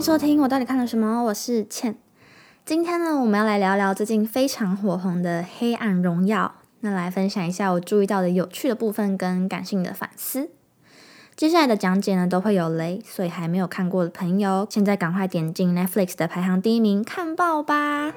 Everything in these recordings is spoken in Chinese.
迎收听我到底看了什么，我是倩。今天呢，我们要来聊聊最近非常火红的《黑暗荣耀》，那来分享一下我注意到的有趣的部分跟感性的反思。接下来的讲解呢都会有雷，所以还没有看过的朋友，现在赶快点进 Netflix 的排行第1名看爆吧。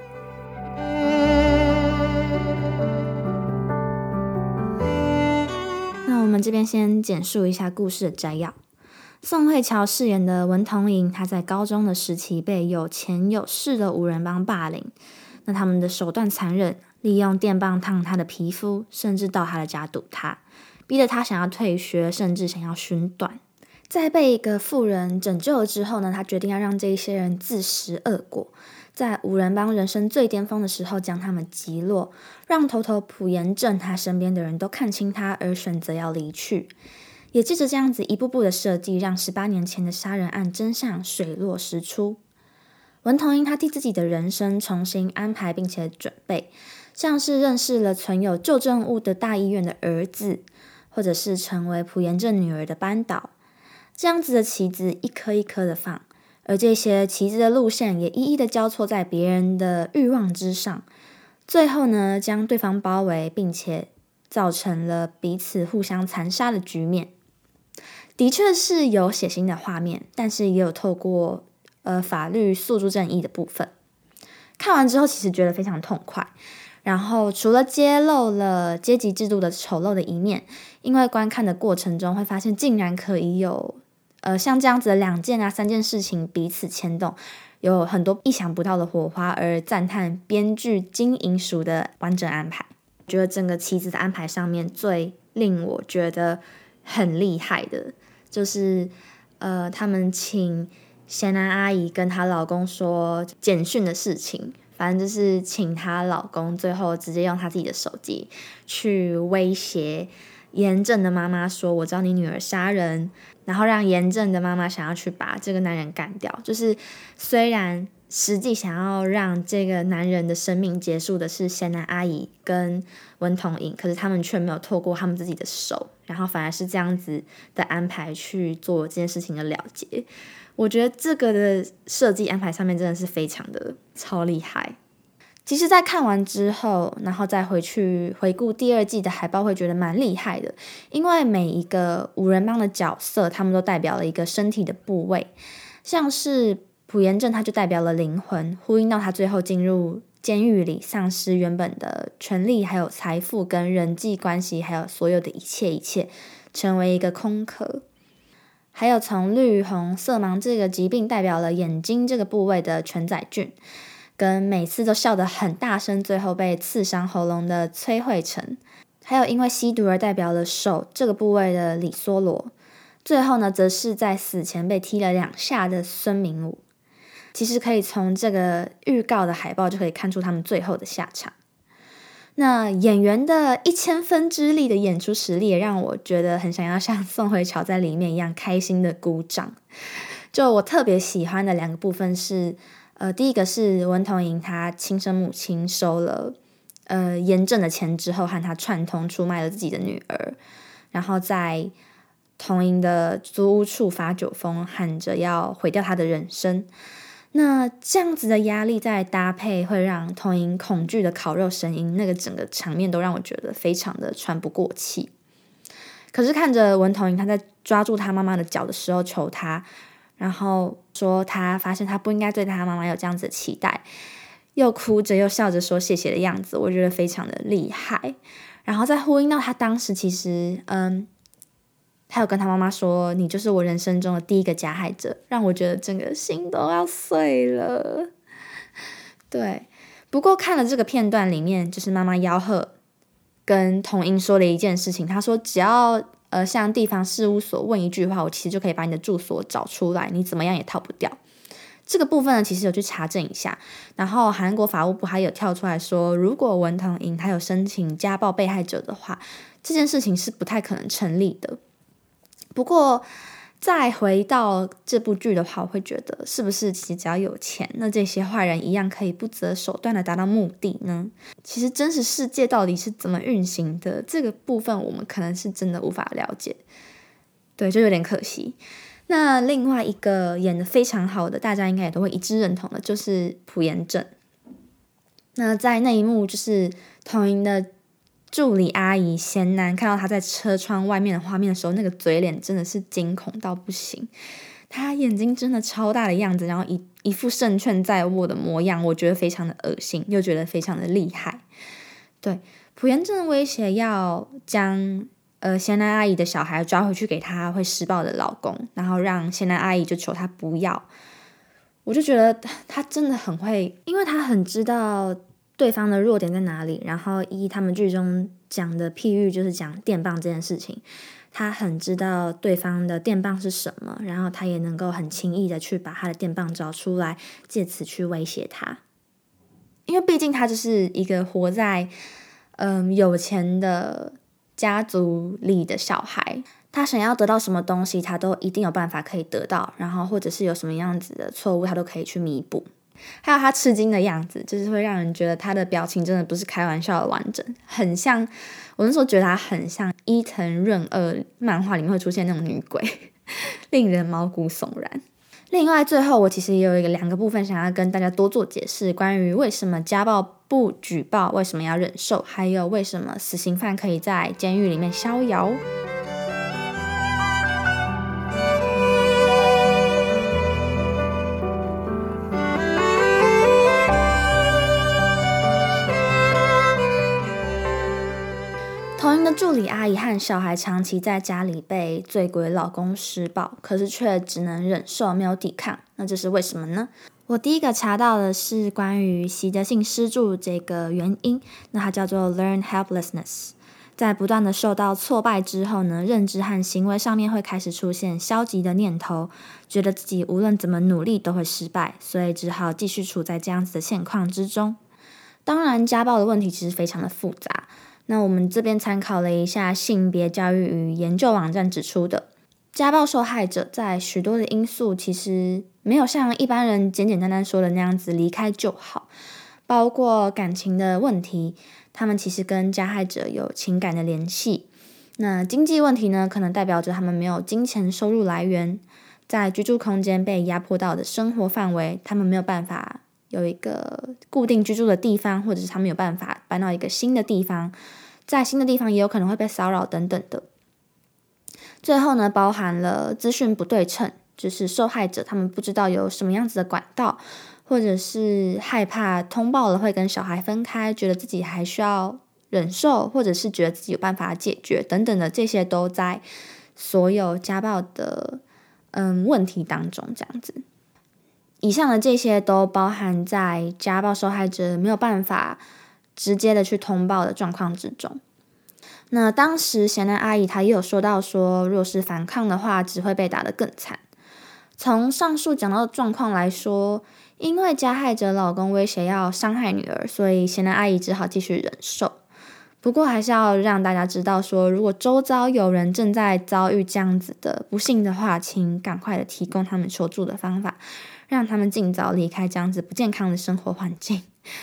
那我们这边先简述一下故事的摘要。宋慧乔饰演的文童莹，她在高中的时期被有钱有势的五人帮霸凌，那他们的手段残忍，利用电棒烫她的皮肤，甚至到她的家堵她，逼得她想要退学，甚至想要寻短。在被一个妇人拯救了之后呢，她决定要让这一些人自食恶果，在五人帮人生最巅峰的时候将他们击落，让头头朴妍正他身边的人都看清他而选择要离去。也借着这样子一步步的设计，让18年前的杀人案真相水落石出。文童莹他替自己的人生重新安排并且准备，像是认识了存有旧证物的大医院的儿子，或者是成为朴妍正女儿的班导，这样子的棋子一颗一颗的放，而这些棋子的路线也一一的交错在别人的欲望之上，最后呢将对方包围，并且造成了彼此互相残杀的局面。的确是有血腥的画面，但是也有透过法律诉诸正义的部分。看完之后其实觉得非常痛快，然后除了揭露了阶级制度的丑陋的一面，因为观看的过程中会发现竟然可以有像这样子的2件啊3件事情彼此牵动，有很多意想不到的火花，而赞叹编剧金银淑的完整安排。我觉得整个棋子的安排上面最令我觉得很厉害的就是他们请贤男阿姨跟她老公说简讯的事情，反正就是请她老公最后直接用他自己的手机去威胁严正的妈妈说我知道你女儿杀人，然后让严正的妈妈想要去把这个男人干掉。就是虽然实际想要让这个男人的生命结束的是贤男阿姨跟文童莹，可是他们却没有透过他们自己的手，然后反而是这样子的安排去做这件事情的了结。我觉得这个的设计安排上面真的是非常的超厉害。其实在看完之后，然后再回去回顾第2季的海报，会觉得蛮厉害的，因为每一个五人帮的角色他们都代表了一个身体的部位，像是朴妍正他就代表了灵魂，呼应到他最后进入监狱里丧失原本的权利还有财富跟人际关系，还有所有的一切成为一个空壳。还有从绿红色盲这个疾病代表了眼睛这个部位的全载俊，跟每次都笑得很大声最后被刺伤喉咙的崔慧成，还有因为吸毒而代表了手这个部位的李梭罗，最后呢则是在死前被踢了2下的孙明武。其实可以从这个预告的海报就可以看出他们最后的下场。那演员的1000分之力的演出实力也让我觉得很想要像宋慧乔在里面一样开心的鼓掌。就我特别喜欢的2个部分是第一个是文童莹她亲生母亲收了严正的钱之后，和他串通出卖了自己的女儿，然后在童莹的租屋处发酒疯，喊着要毁掉她的人生。那这样子的压力再搭配会让童莹恐惧的烤肉声音，那个整个场面都让我觉得非常的喘不过气。可是看着文童莹她在抓住她妈妈的脚的时候求她，然后说她发现她不应该对她妈妈有这样子的期待，又哭着又笑着说谢谢的样子，我觉得非常的厉害。然后再呼应到她当时其实他有跟他妈妈说你就是我人生中的第一个加害者，让我觉得整个心都要碎了。对，不过看了这个片段里面，就是妈妈吆喝跟童莹说了一件事情，她说只要向地方事务所问一句话，我其实就可以把你的住所找出来，你怎么样也逃不掉。这个部分呢，其实有去查证一下，然后韩国法务部还有跳出来说，如果文童莹他有申请家暴被害者的话，这件事情是不太可能成立的。不过再回到这部剧的话，我会觉得是不是其实只要有钱，那这些坏人一样可以不择手段的达到目的呢？其实真实世界到底是怎么运行的，这个部分我们可能是真的无法了解。对，就有点可惜。 那另外一个演得非常好的，大家应该也都会一致认同的，就是朴妍正。那在那一幕，就是童莹的助理阿姨贤男看到他在车窗外面的画面的时候，那个嘴脸真的是惊恐到不行。他眼睛真的超大的样子，然后一副胜券在握的模样，我觉得非常的恶心，又觉得非常的厉害。对，朴妍正威胁要将贤男阿姨的小孩抓回去给他会施暴的老公，然后让贤男阿姨就求他不要。我就觉得他真的很会，因为他很知道对方的弱点在哪里，然后他们剧中讲的譬喻就是讲电棒这件事情，他很知道对方的电棒是什么，然后他也能够很轻易的去把他的电棒找出来，借此去威胁他。因为毕竟他就是一个活在有钱的家族里的小孩，他想要得到什么东西，他都一定有办法可以得到，然后或者是有什么样子的错误，他都可以去弥补。还有他吃惊的样子，就是会让人觉得他的表情真的不是开玩笑的完整，很像我那时候觉得他很像伊藤润二漫画里面会出现那种女鬼，令人毛骨悚然。另外最后我其实也有两个部分想要跟大家多做解释，关于为什么家暴不举报，为什么要忍受，还有为什么死刑犯可以在监狱里面逍遥。童莹的助理阿姨和小孩长期在家里被醉鬼老公施暴，可是却只能忍受，没有抵抗。那这是为什么呢？我第一个查到的是关于习得性失助这个原因，那它叫做 learn helplessness。在不断的受到挫败之后呢，认知和行为上面会开始出现消极的念头，觉得自己无论怎么努力都会失败，所以只好继续处在这样子的现况之中。当然，家暴的问题其实非常的复杂。那我们这边参考了一下性别教育与研究网站指出的，家暴受害者在许多的因素其实没有像一般人简简单单说的那样子离开就好，包括感情的问题，他们其实跟加害者有情感的联系。那经济问题呢，可能代表着他们没有金钱收入来源，在居住空间被压迫到的生活范围，他们没有办法有一个固定居住的地方，或者是他们有办法搬到一个新的地方，在新的地方也有可能会被骚扰等等的。最后呢，包含了资讯不对称，就是受害者他们不知道有什么样子的管道，或者是害怕通报了会跟小孩分开，觉得自己还需要忍受，或者是觉得自己有办法解决等等的，这些都在所有家暴的问题当中这样子。以上的这些都包含在家暴受害者没有办法直接的去通报的状况之中。那当时贤男阿姨她也有说到说，若是反抗的话，只会被打得更惨。从上述讲到的状况来说，因为加害者老公威胁要伤害女儿，所以贤男阿姨只好继续忍受。不过还是要让大家知道说，如果周遭有人正在遭遇这样子的不幸的话，请赶快的提供他们求助的方法，让他们尽早离开这样子不健康的生活环境。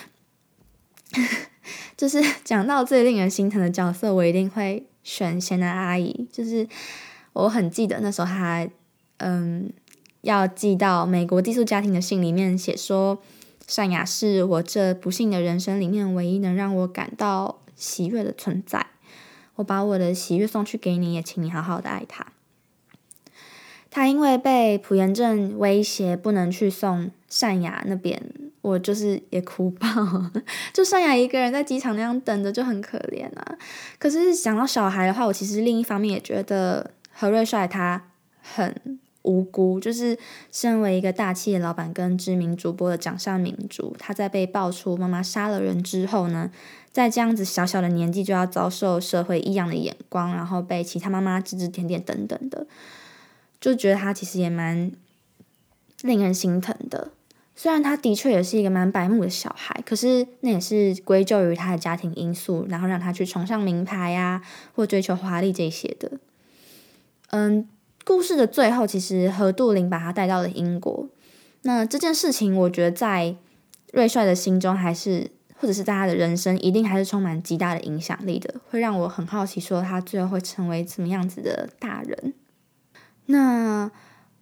就是讲到最令人心疼的角色，我一定会选贤男阿姨。就是我很记得那时候他要寄到美国寄宿家庭的信里面写说，善雅是我这不幸的人生里面唯一能让我感到喜悦的存在，我把我的喜悦送去给你，也请你好好的爱他。他因为被朴妍正威胁不能去送善雅那边，我就是也哭爆了。就善雅一个人在机场那样等着就很可怜啊。可是想到小孩的话，我其实另一方面也觉得何瑞帅他很无辜，就是身为一个大企业老板跟知名主播的掌上明珠，他在被爆出妈妈杀了人之后呢，在这样子小小的年纪就要遭受社会异样的眼光，然后被其他妈妈指指点点等等的，就觉得他其实也蛮令人心疼的。虽然他的确也是一个蛮白目的小孩，可是那也是归咎于他的家庭因素，然后让他去崇尚名牌啊，或追求华丽这些的。故事的最后，其实何杜林把他带到了英国。那这件事情，我觉得在瑞帅的心中，还是或者是在他的人生，一定还是充满极大的影响力的，会让我很好奇，说他最后会成为什么样子的大人。那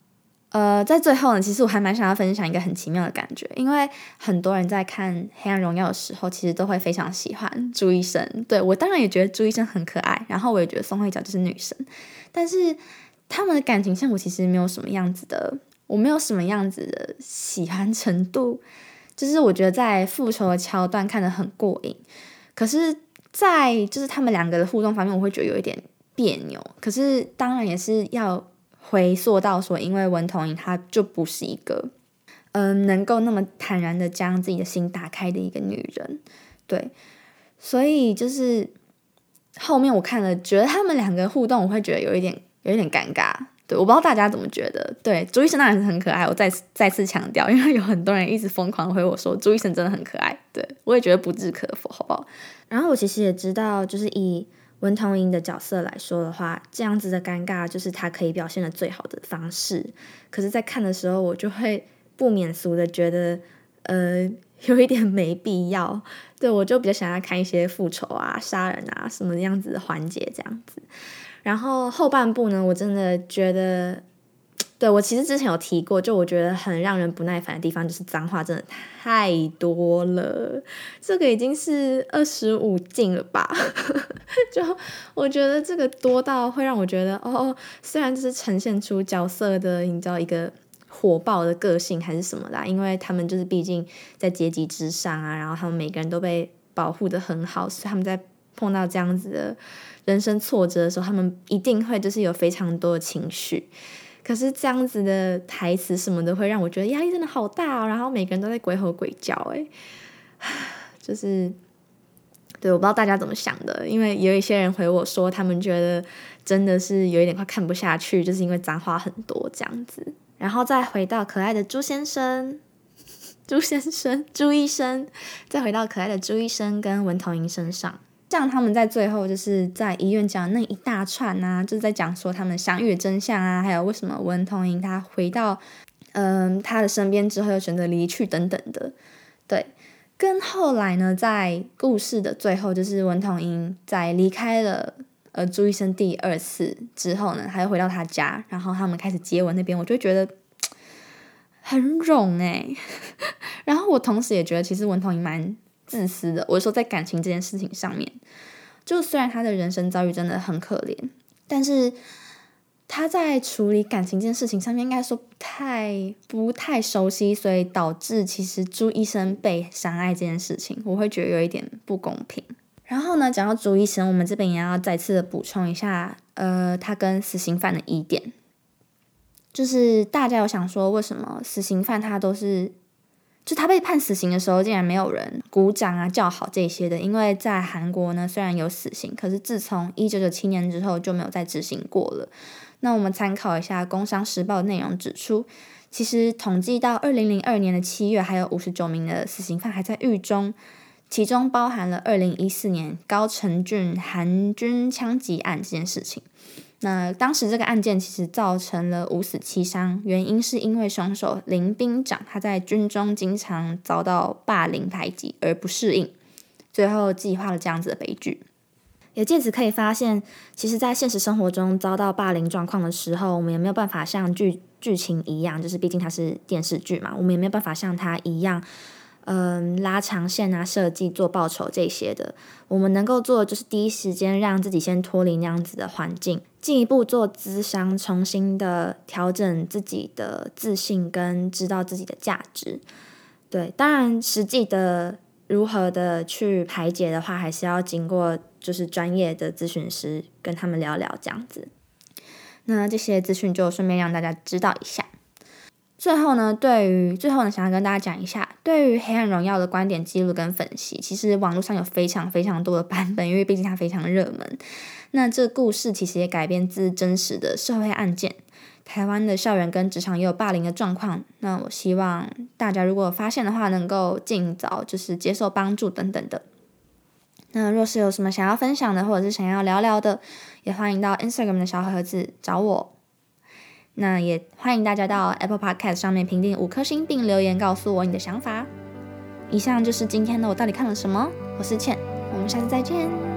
在最后呢，其实我还蛮想要分享一个很奇妙的感觉，因为很多人在看《黑暗荣耀》的时候，其实都会非常喜欢朱医生。对，我当然也觉得朱医生很可爱，然后我也觉得宋慧乔就是女神，但是他们的感情线我其实没有什么样子的，我没有什么样子的喜欢程度，就是我觉得在复仇的桥段看得很过瘾，可是在就是他们两个的互动方面，我会觉得有一点别扭。可是当然也是要回溯到说，因为文同莹她就不是一个能够那么坦然的将自己的心打开的一个女人，对，所以就是后面我看了，觉得他们两个互动，我会觉得有一点尴尬。对，我不知道大家怎么觉得。对，朱医生当然是很可爱，我再次强调，因为有很多人一直疯狂回我说朱医生真的很可爱，对我也觉得不置可否，好不好？然后我其实也知道，就是以文同莹的角色来说的话，这样子的尴尬就是她可以表现的最好的方式。可是，在看的时候，我就会不免俗的觉得，有一点没必要。对，我就比较想要看一些复仇啊、杀人啊什么样子的环节这样子。然后后半部呢，我真的觉得，对，我其实之前有提过，就我觉得很让人不耐烦的地方就是脏话真的太多了，这个已经是25禁了吧。就我觉得这个多到会让我觉得虽然这是呈现出角色的你知道一个火爆的个性还是什么的，因为他们就是毕竟在阶级之上啊，然后他们每个人都被保护得很好，所以他们在碰到这样子的人生挫折的时候，他们一定会就是有非常多的情绪。可是这样子的台词什么的会让我觉得压力真的好大然后每个人都在鬼吼鬼叫就是对，我不知道大家怎么想的，因为有一些人回我说他们觉得真的是有一点快看不下去，就是因为脏话很多这样子。然后再回到可爱的朱医生，再回到可爱的朱医生跟文同莹身上，这样他们在最后就是在医院讲那一大串啊，就是在讲说他们相遇的真相啊，还有为什么文同莹他回到他的身边之后又选择离去等等的。对，跟后来呢在故事的最后，就是文同莹在离开了朱医生第2次之后呢，他又回到他家，然后他们开始接吻那边，我就觉得很冗然后我同时也觉得其实文同莹蛮自私的，我说在感情这件事情上面，就虽然他的人生遭遇真的很可怜，但是他在处理感情这件事情上面应该说不太熟悉，所以导致其实朱医生被伤害这件事情，我会觉得有一点不公平。然后呢，讲到朱医生，我们这边也要再次的补充一下，他跟死刑犯的疑点，就是大家有想说，为什么死刑犯他都是，就他被判死刑的时候，竟然没有人鼓掌啊、叫好这些的？因为在韩国呢，虽然有死刑，可是自从1997年之后就没有再执行过了。那我们参考一下《工商时报》的内容指出，其实统计到2002年的7月，还有59名的死刑犯还在狱中。其中包含了2014年高成俊韩军枪击案这件事情。那当时这个案件其实造成了5死7伤，原因是因为凶手林兵长他在军中经常遭到霸凌排挤而不适应，最后计划了这样子的悲剧。也借此可以发现，其实在现实生活中遭到霸凌状况的时候，我们也没有办法像剧情一样，就是毕竟它是电视剧嘛，我们也没有办法像它一样拉长线啊，设计做报酬这些的，我们能够做的就是第一时间让自己先脱离那样子的环境，进一步做咨商，重新的调整自己的自信跟知道自己的价值。对，当然实际的如何的去排解的话，还是要经过就是专业的咨询师跟他们聊聊这样子。那这些资讯就顺便让大家知道一下。最后呢，想要跟大家讲一下，对于《黑暗荣耀》的观点记录跟分析，其实网络上有非常非常多的版本，因为毕竟它非常热门。那这故事其实也改编自真实的社会案件，台湾的校园跟职场也有霸凌的状况。那我希望大家如果发现的话，能够尽早就是接受帮助等等的。那若是有什么想要分享的，或者是想要聊聊的，也欢迎到 Instagram 的小盒子找我。那也欢迎大家到 Apple Podcast 上面评定5颗星，并留言告诉我你的想法。以上就是今天的我到底看了什么，我是倩，我们下次再见。